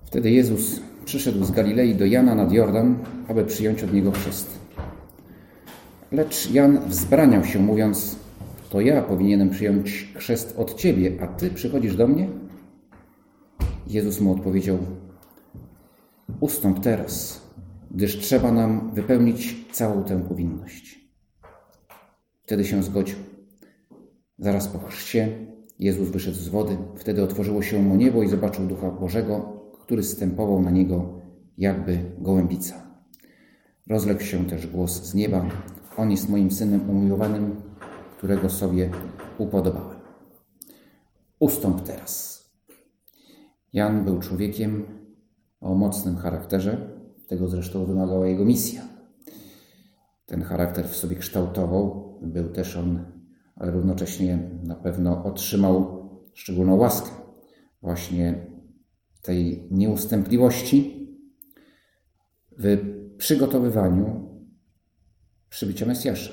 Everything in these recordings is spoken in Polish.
Wtedy Jezus przyszedł z Galilei do Jana nad Jordan, aby przyjąć od niego chrzest. Lecz Jan wzbraniał się, mówiąc: to ja powinienem przyjąć chrzest od Ciebie, a Ty przychodzisz do mnie? Jezus mu odpowiedział: ustąp teraz, gdyż trzeba nam wypełnić całą tę powinność. Wtedy się zgodził. Zaraz po chrzcie Jezus wyszedł z wody. Wtedy otworzyło się mu niebo i zobaczył Ducha Bożego, który zstępował na niego jakby gołębica. Rozległ się też głos z nieba: on jest moim Synem umiłowanym, którego sobie upodobałem. Ustąp teraz. Jan był człowiekiem o mocnym charakterze. Tego zresztą wymagała jego misja. Ten charakter w sobie kształtował. Był też on, ale równocześnie na pewno otrzymał szczególną łaskę właśnie tej nieustępliwości w przygotowywaniu przybycia Mesjasza.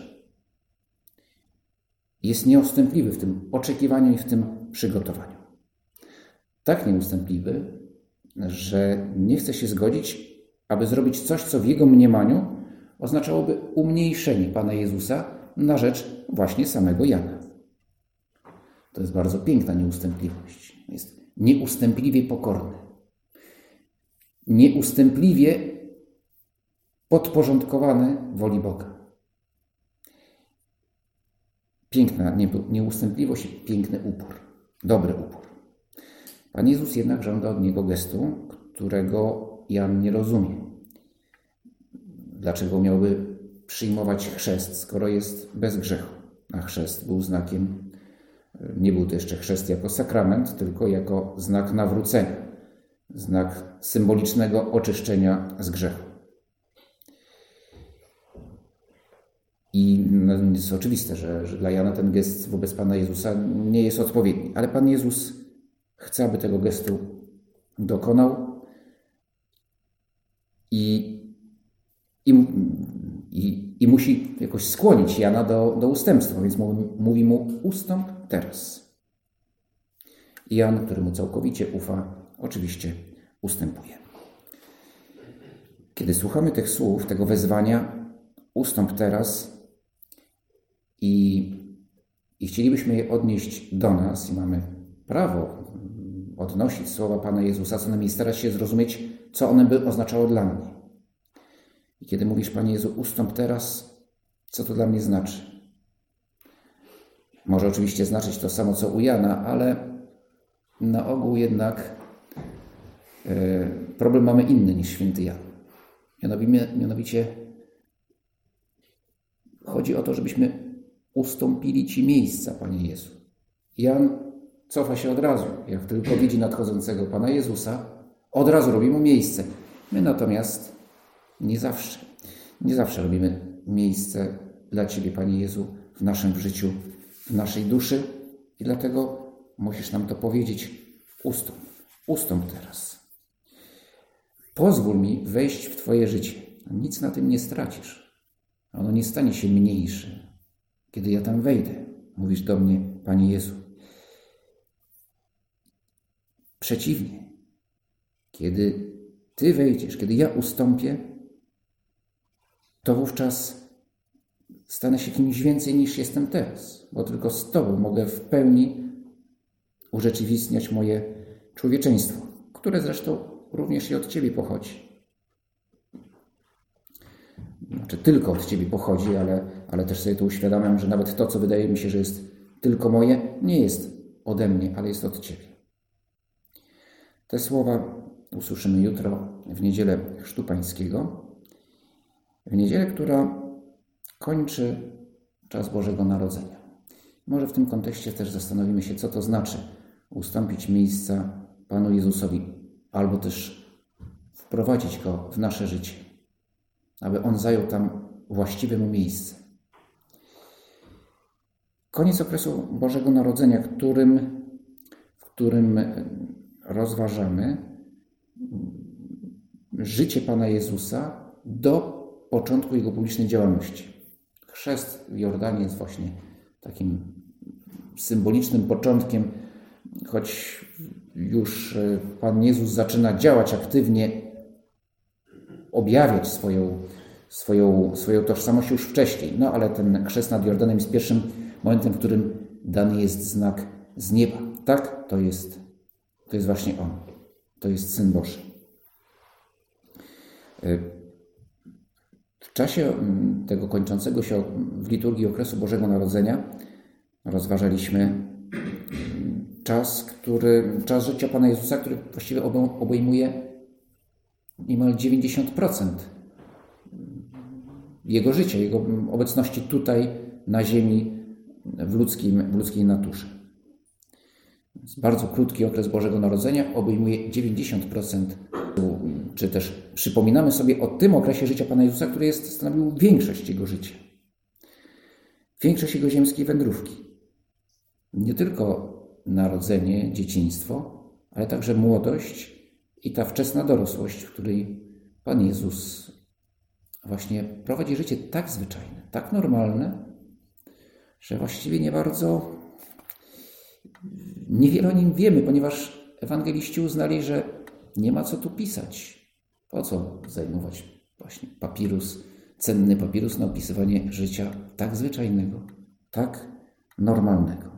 Jest nieustępliwy w tym oczekiwaniu i w tym przygotowaniu. Tak nieustępliwy, że nie chce się zgodzić, aby zrobić coś, co w jego mniemaniu oznaczałoby umniejszenie Pana Jezusa na rzecz właśnie samego Jana. To jest bardzo piękna nieustępliwość. Jest nieustępliwie pokorny. Nieustępliwie podporządkowany woli Boga. Piękna nieustępliwość i piękny upór. Dobry upór. Pan Jezus jednak żąda od niego gestu, którego Jan nie rozumie. Dlaczego miałby przyjmować chrzest, skoro jest bez grzechu? A chrzest był znakiem, nie był to jeszcze chrzest jako sakrament, tylko jako znak nawrócenia. Znak symbolicznego oczyszczenia z grzechu. I jest oczywiste, że dla Jana ten gest wobec Pana Jezusa nie jest odpowiedni. Ale Pan Jezus chce, aby tego gestu dokonał i musi jakoś skłonić Jana do ustępstwa, więc mówi mu: ustąp teraz. I Jan, który mu całkowicie ufa, oczywiście ustępuje. Kiedy słuchamy tych słów, tego wezwania: ustąp teraz, i chcielibyśmy je odnieść do nas i mamy prawo odnosić słowa Pana Jezusa, co najmniej starać się zrozumieć, co one by oznaczały dla mnie. I kiedy mówisz: Panie Jezu, ustąp teraz, co to dla mnie znaczy? Może oczywiście znaczyć to samo, co u Jana, ale na ogół jednak problem mamy inny niż święty Jan. Mianowicie chodzi o to, żebyśmy ustąpili Ci miejsca, Panie Jezu. Jan cofa się od razu. Jak tylko widzi nadchodzącego Pana Jezusa, od razu robi mu miejsce. My natomiast nie zawsze robimy miejsce dla Ciebie, Panie Jezu, w naszym życiu, w naszej duszy i dlatego musisz nam to powiedzieć. Ustąp teraz. Pozwól mi wejść w Twoje życie. Nic na tym nie stracisz. Ono nie stanie się mniejsze, kiedy ja tam wejdę. Mówisz do mnie, Panie Jezu. Przeciwnie, kiedy Ty wejdziesz, kiedy ja ustąpię, to wówczas stanę się kimś więcej niż jestem teraz, bo tylko z Tobą mogę w pełni urzeczywistniać moje człowieczeństwo, które zresztą również i od Ciebie pochodzi. Znaczy tylko od Ciebie pochodzi, ale też sobie to uświadamiam, że nawet to, co wydaje mi się, że jest tylko moje, nie jest ode mnie, ale jest od Ciebie. Te słowa usłyszymy jutro w niedzielę Chrztu Pańskiego, w niedzielę, która kończy czas Bożego Narodzenia. Może w tym kontekście też zastanowimy się, co to znaczy ustąpić miejsca Panu Jezusowi, albo też wprowadzić Go w nasze życie, aby On zajął tam właściwe mu miejsce. Koniec okresu Bożego Narodzenia, w którym rozważamy życie Pana Jezusa do początku Jego publicznej działalności. Chrzest w Jordanie jest właśnie takim symbolicznym początkiem, choć już Pan Jezus zaczyna działać aktywnie, objawiać swoją tożsamość już wcześniej. No ale ten chrzest nad Jordanem jest pierwszym momentem, w którym dany jest znak z nieba. Tak, to jest właśnie On. To jest Syn Boży. W czasie tego kończącego się w liturgii okresu Bożego Narodzenia rozważaliśmy czas życia Pana Jezusa, który właściwie obejmuje niemal 90% Jego życia, Jego obecności tutaj na ziemi, w ludzkiej naturze. Więc bardzo krótki okres Bożego Narodzenia obejmuje 90%. Czy też przypominamy sobie o tym okresie życia Pana Jezusa, który stanowił większość Jego życia. Większość Jego ziemskiej wędrówki. Nie tylko narodzenie, dzieciństwo, ale także młodość i ta wczesna dorosłość, w której Pan Jezus właśnie prowadzi życie tak zwyczajne, tak normalne, że właściwie niewiele o nim wiemy, ponieważ ewangeliści uznali, że nie ma co tu pisać. Po co zajmować właśnie cenny papirus na opisywanie życia tak zwyczajnego, tak normalnego.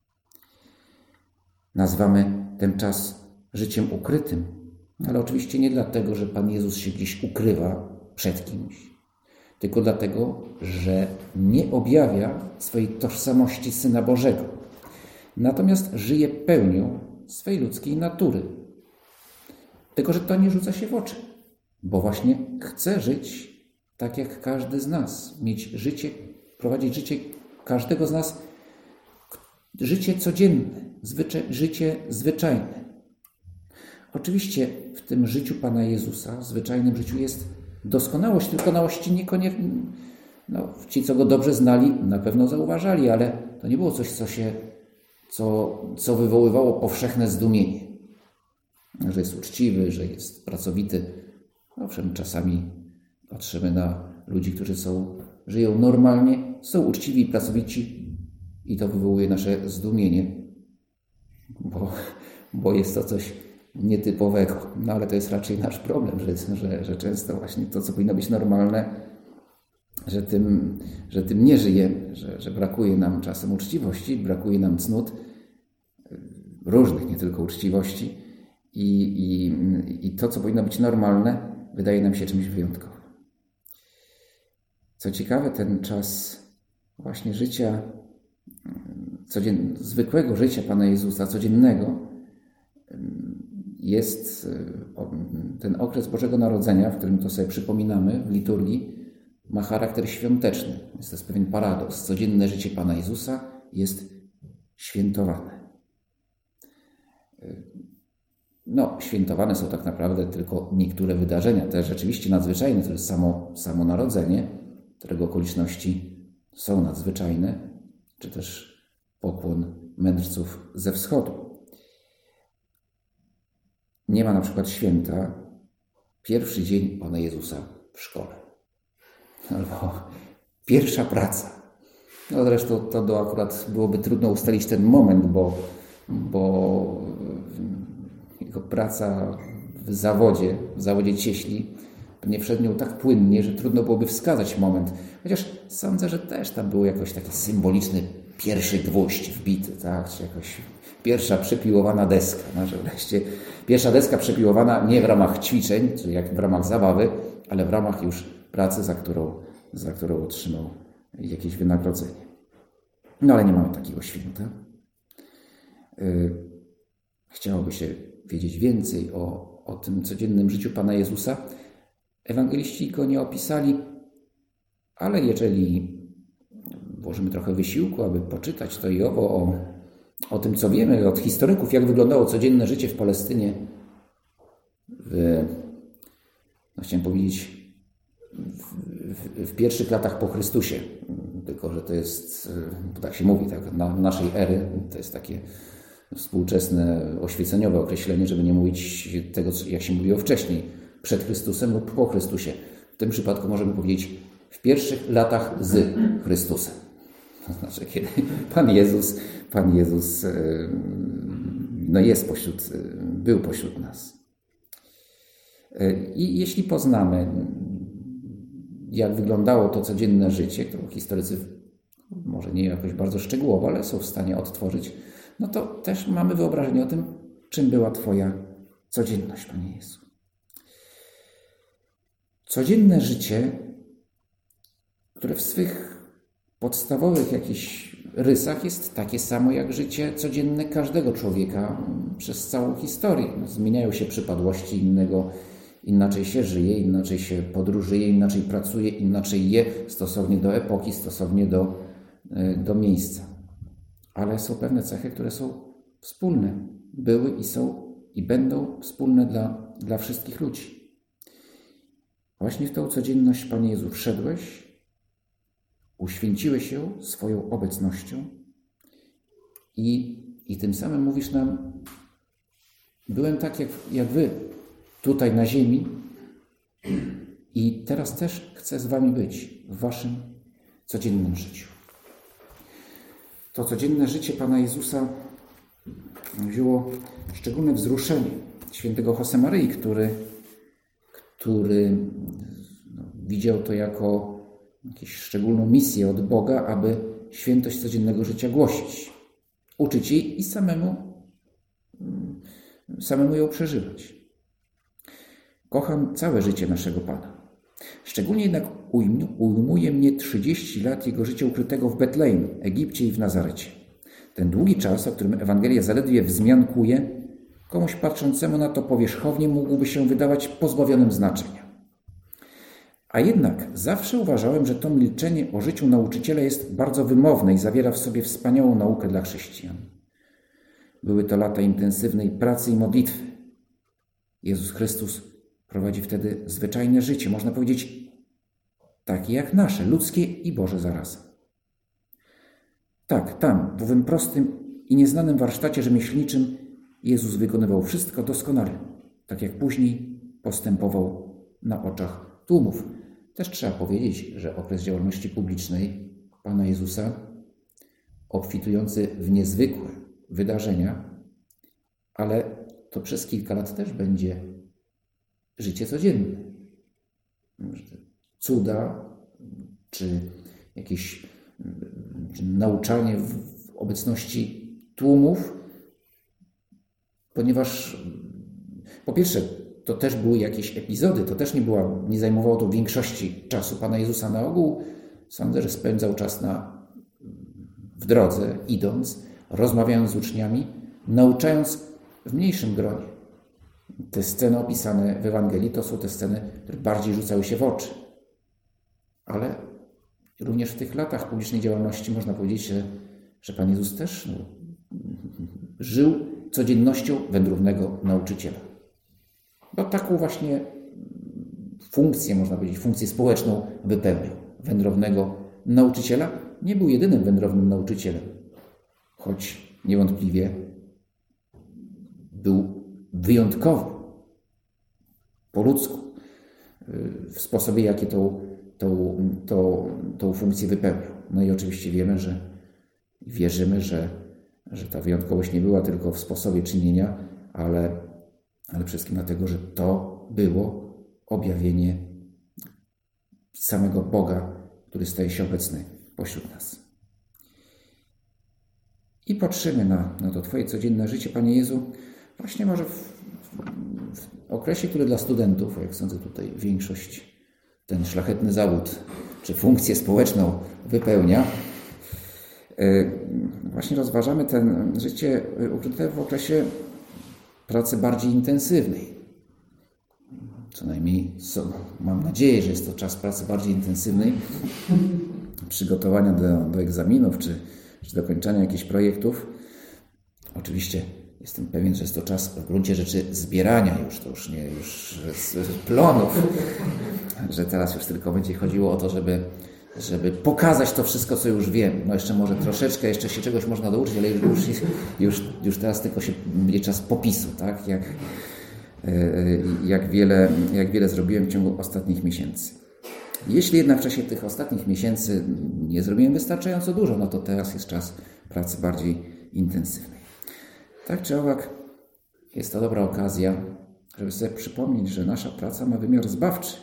Nazywamy ten czas życiem ukrytym, ale oczywiście nie dlatego, że Pan Jezus się gdzieś ukrywa przed kimś, tylko dlatego, że nie objawia swojej tożsamości Syna Bożego. Natomiast żyje pełnią swej ludzkiej natury. Tylko że to nie rzuca się w oczy, bo właśnie chce żyć tak jak każdy z nas. Prowadzić życie każdego z nas, życie codzienne, życie zwyczajne. Oczywiście w tym życiu Pana Jezusa, w zwyczajnym życiu jest doskonałość, tylko doskonałości niekoniecznie. Ci, co Go dobrze znali, na pewno zauważali, ale to nie było coś, co wywoływało powszechne zdumienie. Że jest uczciwy, że jest pracowity. Owszem, czasami patrzymy na ludzi, którzy żyją normalnie, są uczciwi i pracowici i to wywołuje nasze zdumienie, bo jest to coś nietypowego. No ale to jest raczej nasz problem, że często właśnie to, co powinno być normalne, że tym nie żyjemy, że brakuje nam czasem uczciwości, brakuje nam cnót różnych, nie tylko uczciwości i to, co powinno być normalne, wydaje nam się czymś wyjątkowym. Co ciekawe, ten czas właśnie życia zwykłego życia Pana Jezusa, codziennego, jest ten okres Bożego Narodzenia, w którym to sobie przypominamy w liturgii, ma charakter świąteczny. Jest to pewien paradoks. Codzienne życie Pana Jezusa jest świętowane. Świętowane są tak naprawdę tylko niektóre wydarzenia, te rzeczywiście nadzwyczajne, to jest samo narodzenie, którego okoliczności są nadzwyczajne, czy też pokłon mędrców ze wschodu. Nie ma na przykład święta pierwszy dzień Pana Jezusa w szkole. Albo pierwsza praca. Zresztą to akurat byłoby trudno ustalić ten moment, bo jego praca w zawodzie cieśli, pewnie wszedł nią tak płynnie, że trudno byłoby wskazać moment. Chociaż sądzę, że też tam był jakoś taki symboliczny pierwszy gwóźdź wbity, tak? Czy jakoś pierwsza przepiłowana deska. Że wreszcie pierwsza deska przepiłowana nie w ramach ćwiczeń, czy jak w ramach zabawy, ale w ramach już pracy, za którą otrzymał jakieś wynagrodzenie. No ale nie mamy takiego święta. Chciałoby się wiedzieć więcej o tym codziennym życiu Pana Jezusa. Ewangeliści go nie opisali, ale jeżeli włożymy trochę wysiłku, aby poczytać to i owo o tym, co wiemy od historyków, jak wyglądało codzienne życie w Palestynie chciałem powiedzieć w pierwszych latach po Chrystusie, tylko że to jest, tak się mówi, tak, na naszej ery, to jest takie współczesne, oświeceniowe określenie, żeby nie mówić tego, jak się mówiło wcześniej, przed Chrystusem lub po Chrystusie. W tym przypadku możemy powiedzieć w pierwszych latach z Chrystusem. To znaczy, kiedy Pan Jezus był pośród nas. I jeśli poznamy, jak wyglądało to codzienne życie, którą historycy może nie jakoś bardzo szczegółowo, ale są w stanie odtworzyć, no to też mamy wyobrażenie o tym, czym była Twoja codzienność, Panie Jezu. Codzienne życie, które w swych podstawowych jakichś rysach jest takie samo jak życie codzienne każdego człowieka przez całą historię. Zmieniają się przypadłości inaczej się żyje, inaczej się podróżuje, inaczej pracuje, inaczej je stosownie do epoki, stosownie do miejsca. Ale są pewne cechy, które są wspólne. Były i są i będą wspólne dla wszystkich ludzi. Właśnie w tą codzienność, Panie Jezu, wszedłeś, uświęciłeś ją swoją obecnością i tym samym mówisz nam, byłem tak jak wy tutaj na ziemi i teraz też chcę z wami być w waszym codziennym życiu. To codzienne życie Pana Jezusa wzięło szczególne wzruszenie świętego Josemaryi, który widział to jako jakąś szczególną misję od Boga, aby świętość codziennego życia głosić, uczyć jej i samemu ją przeżywać. Kocham całe życie naszego Pana. Szczególnie jednak ujmuje mnie 30 lat Jego życia ukrytego w Betlejem, Egipcie i w Nazarecie. Ten długi czas, o którym Ewangelia zaledwie wzmiankuje, komuś patrzącemu na to powierzchownie mógłby się wydawać pozbawionym znaczenia. A jednak zawsze uważałem, że to milczenie o życiu nauczyciela jest bardzo wymowne i zawiera w sobie wspaniałą naukę dla chrześcijan. Były to lata intensywnej pracy i modlitwy. Jezus Chrystus prowadzi wtedy zwyczajne życie, można powiedzieć takie jak nasze, ludzkie i Boże zarazem. Tak, tam, w owym prostym i nieznanym warsztacie rzemieślniczym Jezus wykonywał wszystko doskonale, tak jak później postępował na oczach tłumów. Też trzeba powiedzieć, że okres działalności publicznej Pana Jezusa, obfitujący w niezwykłe wydarzenia, ale to przez kilka lat też będzie życie codzienne. Cuda, czy jakieś nauczanie w obecności tłumów, ponieważ po pierwsze to też były jakieś epizody, to też nie zajmowało to większości czasu Pana Jezusa. Na ogół sądzę, że spędzał czas w drodze, idąc, rozmawiając z uczniami, nauczając w mniejszym gronie. Te sceny opisane w Ewangelii to są te sceny, które bardziej rzucały się w oczy. Ale również w tych latach publicznej działalności można powiedzieć, że Pan Jezus też żył codziennością wędrownego nauczyciela. Bo taką właśnie funkcję, można powiedzieć, funkcję społeczną wypełniał. Wędrownego nauczyciela. Nie był jedynym wędrownym nauczycielem, choć niewątpliwie był wyjątkowy po ludzku w sposobie, jaki tą funkcję wypełniał. No i oczywiście wierzymy, że ta wyjątkowość nie była tylko w sposobie czynienia, ale przede wszystkim dlatego, że to było objawienie samego Boga, który staje się obecny pośród nas. I patrzymy na to Twoje codzienne życie, Panie Jezu, właśnie może w okresie, który dla studentów, jak sądzę tutaj większość ten szlachetny zawód czy funkcję społeczną wypełnia. Właśnie rozważamy ten życie ukryte w okresie pracy bardziej intensywnej. Co najmniej mam nadzieję, że jest to czas pracy bardziej intensywnej, przygotowania do egzaminów czy dokończania jakichś projektów. Oczywiście jestem pewien, że jest to czas w gruncie rzeczy zbierania już z plonów, że teraz już tylko będzie chodziło o to, żeby pokazać to wszystko, co już wiem. No jeszcze może troszeczkę, jeszcze się czegoś można douczyć, ale już teraz tylko się będzie czas popisu, tak? Jak wiele zrobiłem w ciągu ostatnich miesięcy. Jeśli jednak w czasie tych ostatnich miesięcy nie zrobiłem wystarczająco dużo, no to teraz jest czas pracy bardziej intensywnej. Tak czy owak, jest to dobra okazja, żeby sobie przypomnieć, że nasza praca ma wymiar zbawczy.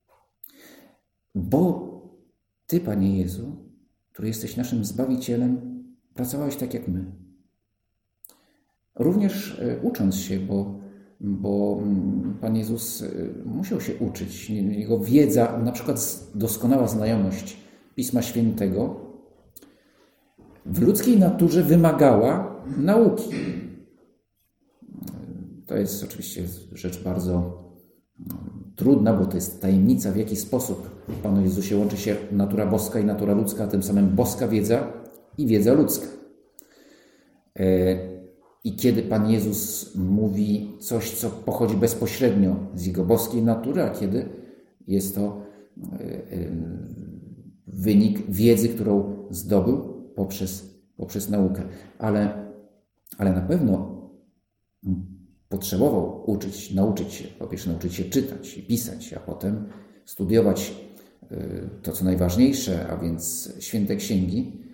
Bo Ty, Panie Jezu, który jesteś naszym Zbawicielem, pracowałeś tak jak my. Również ucząc się, bo Pan Jezus musiał się uczyć. Jego wiedza, na przykład doskonała znajomość Pisma Świętego, w ludzkiej naturze wymagała nauki. To jest oczywiście rzecz bardzo trudna, bo to jest tajemnica, w jaki sposób w Panu Jezusie łączy się natura boska i natura ludzka, a tym samym boska wiedza i wiedza ludzka. I kiedy Pan Jezus mówi coś, co pochodzi bezpośrednio z Jego boskiej natury, a kiedy jest to wynik wiedzy, którą zdobył poprzez naukę. Ale na pewno potrzebował nauczyć się, po pierwsze nauczyć się czytać i pisać, a potem studiować to, co najważniejsze, a więc święte księgi,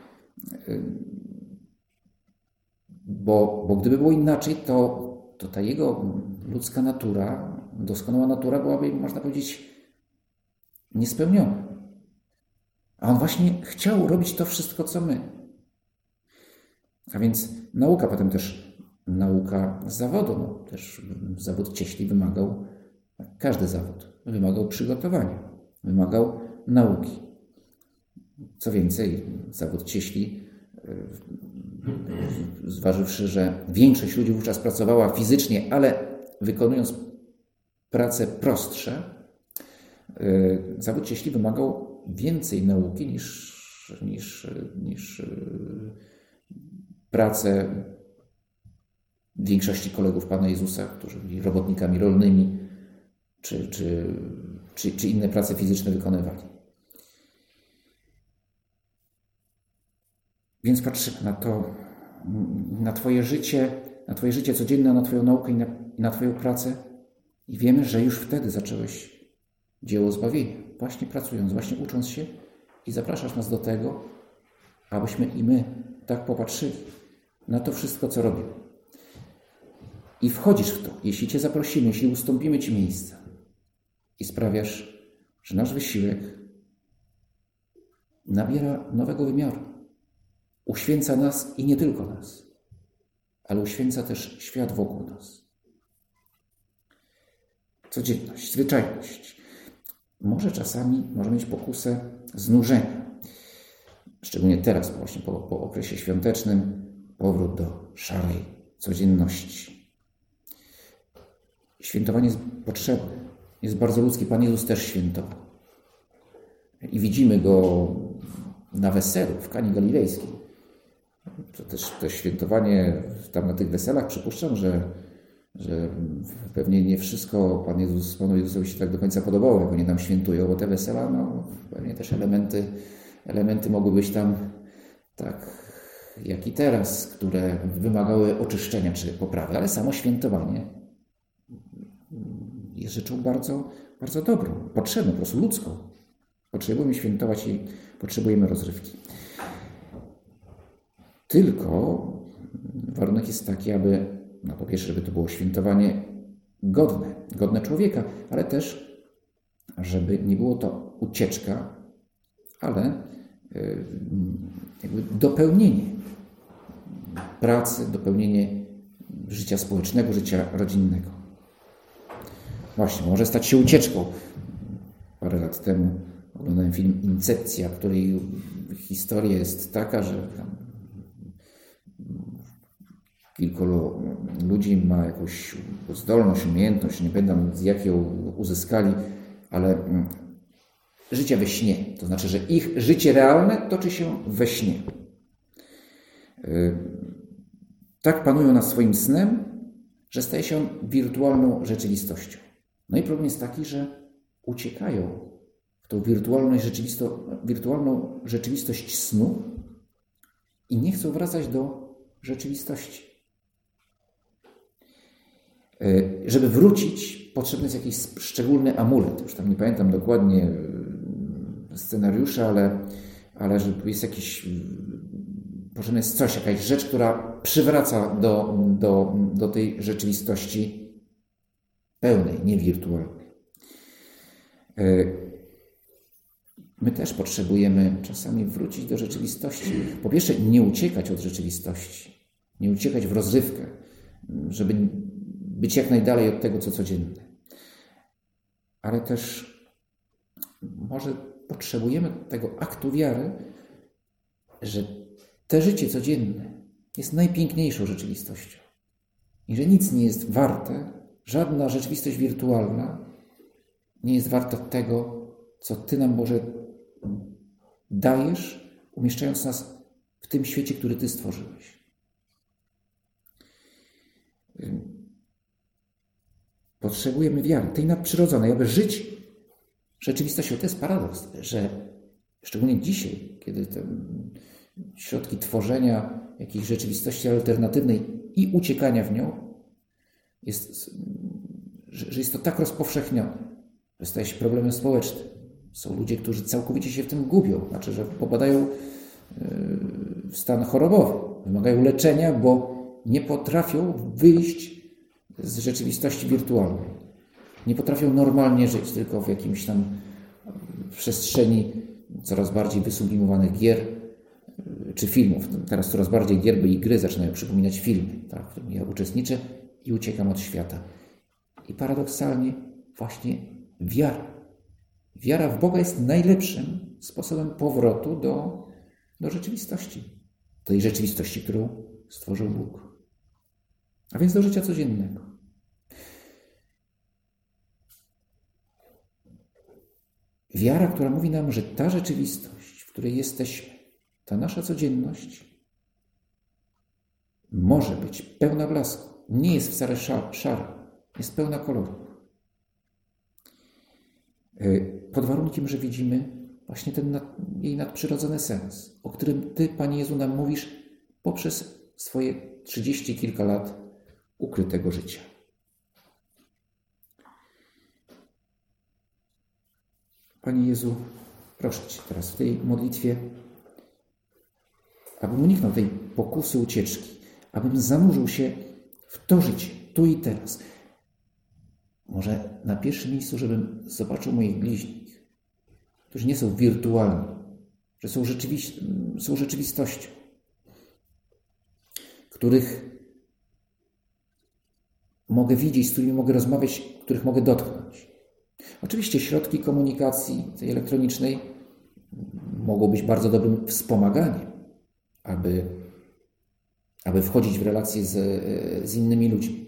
bo gdyby było inaczej, to ta jego ludzka natura, doskonała natura byłaby, można powiedzieć, niespełniona. A on właśnie chciał robić to wszystko, co my. A więc nauka, potem też nauka zawodu. No, też zawód cieśli wymagał, każdy zawód wymagał przygotowania, wymagał nauki. Co więcej, zawód cieśli, zważywszy, że większość ludzi wówczas pracowała fizycznie, ale wykonując prace prostsze, zawód cieśli wymagał więcej nauki niż prace większości kolegów Pana Jezusa, którzy byli robotnikami rolnymi, czy inne prace fizyczne wykonywali. Więc patrzymy na Twoje życie codzienne, na Twoją naukę i na Twoją pracę i wiemy, że już wtedy zacząłeś dzieło zbawienia, właśnie pracując, właśnie ucząc się i zapraszasz nas do tego, abyśmy i my tak popatrzyli na to wszystko, co robimy. I wchodzisz w to, jeśli Cię zaprosimy, jeśli ustąpimy Ci miejsca i sprawiasz, że nasz wysiłek nabiera nowego wymiaru. Uświęca nas i nie tylko nas, ale uświęca też świat wokół nas. Codzienność, zwyczajność. Może czasami mieć pokusę znużenia. Szczególnie teraz, właśnie po okresie świątecznym, powrót do szarej codzienności. Świętowanie jest potrzebne. Jest bardzo ludzkie. Pan Jezus też świętował. I widzimy Go na weselu w Kanie Galilejskiej. To też świętowanie tam na tych weselach, przypuszczam, że pewnie nie wszystko Panu Jezusowi się tak do końca podobało, jak oni tam świętują, bo te wesela, pewnie też elementy mogły być tam tak jak i teraz, które wymagały oczyszczenia czy poprawy, ale samo świętowanie jest rzeczą bardzo, bardzo dobrą, potrzebną, po prostu ludzką. Potrzebujemy świętować i potrzebujemy rozrywki. Tylko warunek jest taki, aby, po pierwsze, żeby to było świętowanie godne człowieka, ale też, żeby nie było to ucieczka, ale jakby dopełnienie pracy, dopełnienie życia społecznego, życia rodzinnego. Właśnie, może stać się ucieczką. Parę lat temu oglądałem film Incepcja, w której historia jest taka, że kilku ludzi ma jakąś zdolność, umiejętność, nie pamiętam z jakiej ją uzyskali, ale życie we śnie. To znaczy, że ich życie realne toczy się we śnie. Tak panują nad swoim snem, że staje się on wirtualną rzeczywistością. No i problem jest taki, że uciekają w tą wirtualną rzeczywistość snu i nie chcą wracać do rzeczywistości. Żeby wrócić, potrzebny jest jakiś szczególny amulet. Już tam nie pamiętam dokładnie scenariusza, ale że jest jakiś potrzebna jest jakaś rzecz, która przywraca do tej rzeczywistości pełnej, nie wirtualnej. My też potrzebujemy czasami wrócić do rzeczywistości. Po pierwsze, nie uciekać od rzeczywistości, nie uciekać w rozrywkę, żeby być jak najdalej od tego, co codzienne. Ale też może potrzebujemy tego aktu wiary, że to życie codzienne jest najpiękniejszą rzeczywistością i że nic nie jest warte, żadna rzeczywistość wirtualna nie jest warta tego, co Ty nam, Boże, dajesz, umieszczając nas w tym świecie, który Ty stworzyłeś. Potrzebujemy wiary, tej nadprzyrodzonej, aby żyć rzeczywistością. To jest paradoks, że szczególnie dzisiaj, kiedy te środki tworzenia jakiejś rzeczywistości alternatywnej i uciekania w nią, że jest to tak rozpowszechnione, że staje się problemem społecznym. Są ludzie, którzy całkowicie się w tym gubią, znaczy, że popadają w stan chorobowy, wymagają leczenia, bo nie potrafią wyjść z rzeczywistości wirtualnej. Nie potrafią normalnie żyć, tylko w jakimś tam przestrzeni coraz bardziej wysublimowanych gier czy filmów. Teraz coraz bardziej gier i gry zaczynają przypominać filmy, tak, w którym ja uczestniczę i uciekam od świata. I paradoksalnie właśnie wiara w Boga jest najlepszym sposobem powrotu do rzeczywistości. Tej rzeczywistości, którą stworzył Bóg. A więc do życia codziennego. Wiara, która mówi nam, że ta rzeczywistość, w której jesteśmy, ta nasza codzienność może być pełna blasku. Nie jest wcale szara. Jest pełna kolorów. Pod warunkiem, że widzimy właśnie ten jej nadprzyrodzony sens, o którym Ty, Panie Jezu, nam mówisz poprzez swoje 30 kilka lat ukrytego życia. Panie Jezu, proszę Cię teraz w tej modlitwie, abym uniknął tej pokusy ucieczki, abym zanurzył się w to życie, tu i teraz. Może na pierwszym miejscu, żebym zobaczył moich bliźnich, którzy nie są wirtualni, że są rzeczywistością, których mogę widzieć, z którymi mogę rozmawiać, których mogę dotknąć. Oczywiście środki komunikacji tej elektronicznej mogą być bardzo dobrym wspomaganiem, aby wchodzić w relacje z innymi ludźmi.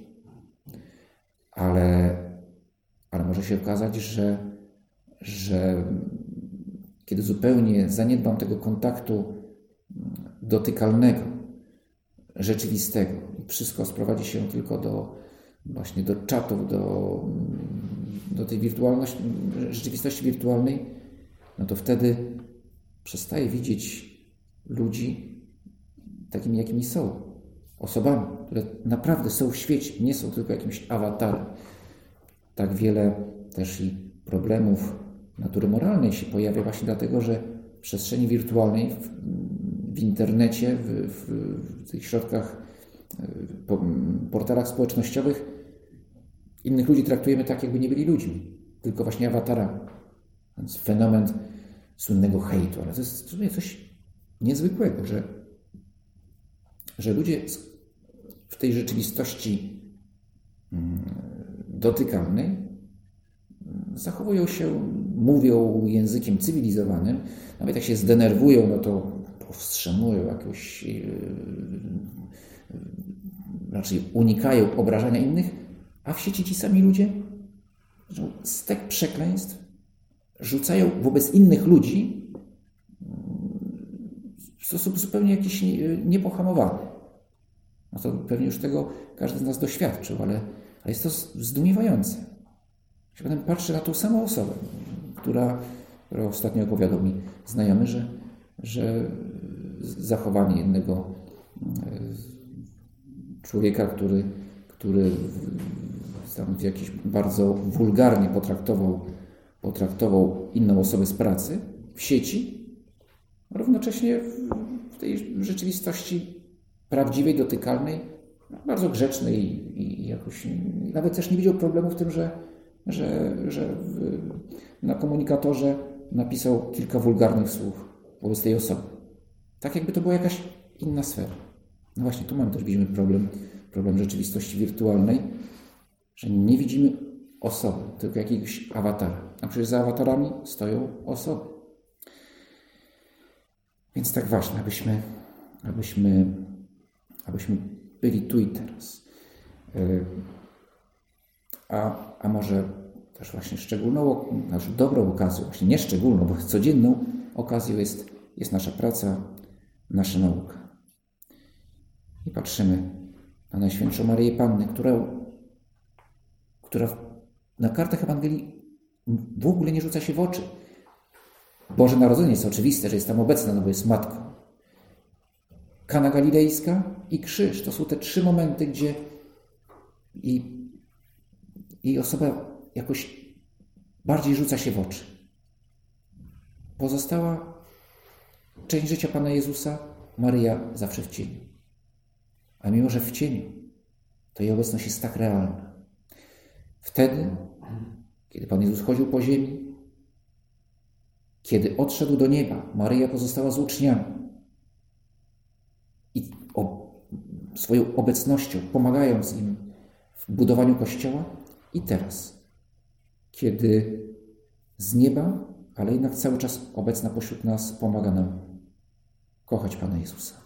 Ale może się okazać, że kiedy zupełnie zaniedbam tego kontaktu dotykalnego, rzeczywistego i wszystko sprowadzi się tylko do czatów, do tej rzeczywistości wirtualnej, no to wtedy przestaję widzieć ludzi takimi, jakimi są. Osobami, które naprawdę są w świecie, nie są tylko jakimś awatarem. Tak wiele też i problemów natury moralnej się pojawia właśnie dlatego, że w przestrzeni wirtualnej, w internecie, w tych środkach, portalach społecznościowych innych ludzi traktujemy tak, jakby nie byli ludźmi, tylko właśnie awatarami. Więc fenomen słynnego hejtu, ale to jest coś niezwykłego, że ludzie w tej rzeczywistości dotykalnej zachowują się, mówią językiem cywilizowanym, nawet jak się zdenerwują, no to powstrzymują jakoś, raczej unikają obrażania innych, a w sieci ci sami ludzie stek przekleństw rzucają wobec innych ludzi w sposób zupełnie jakiś niepohamowany. No to pewnie już tego każdy z nas doświadczył, ale jest to zdumiewające. Ja potem patrzę na tą samą osobę, która ostatnio opowiadał mi znajomy, że zachowanie jednego człowieka, który tam w jakiś bardzo wulgarnie potraktował inną osobę z pracy w sieci, równocześnie tej rzeczywistości prawdziwej, dotykalnej, bardzo grzeczny i jakoś nawet też nie widział problemu w tym, że na komunikatorze napisał kilka wulgarnych słów wobec tej osoby. Tak jakby to była jakaś inna sfera. No właśnie, tu mamy też, widzimy problem rzeczywistości wirtualnej, że nie widzimy osoby, tylko jakiegoś awatara. A przecież za awatarami stoją osoby. Więc tak ważne, abyśmy byli tu i teraz. A może też właśnie dobrą okazją, właśnie nie szczególną, bo codzienną okazją jest nasza praca, nasza nauka. I patrzymy na Najświętszą Maryję Pannę, która na kartach Ewangelii w ogóle nie rzuca się w oczy. Boże Narodzenie jest oczywiste, że jest tam obecna, no bo jest matką. Kana Galilejska i krzyż. To są te 3 momenty, gdzie i osoba jakoś bardziej rzuca się w oczy. Pozostała część życia Pana Jezusa, Maryja zawsze w cieniu. A mimo, że w cieniu, to jej obecność jest tak realna. Wtedy, kiedy Pan Jezus chodził po ziemi, kiedy odszedł do nieba, Maryja pozostała z uczniami i swoją obecnością, pomagając im w budowaniu Kościoła. I teraz, kiedy z nieba, ale jednak cały czas obecna pośród nas, pomaga nam kochać Pana Jezusa.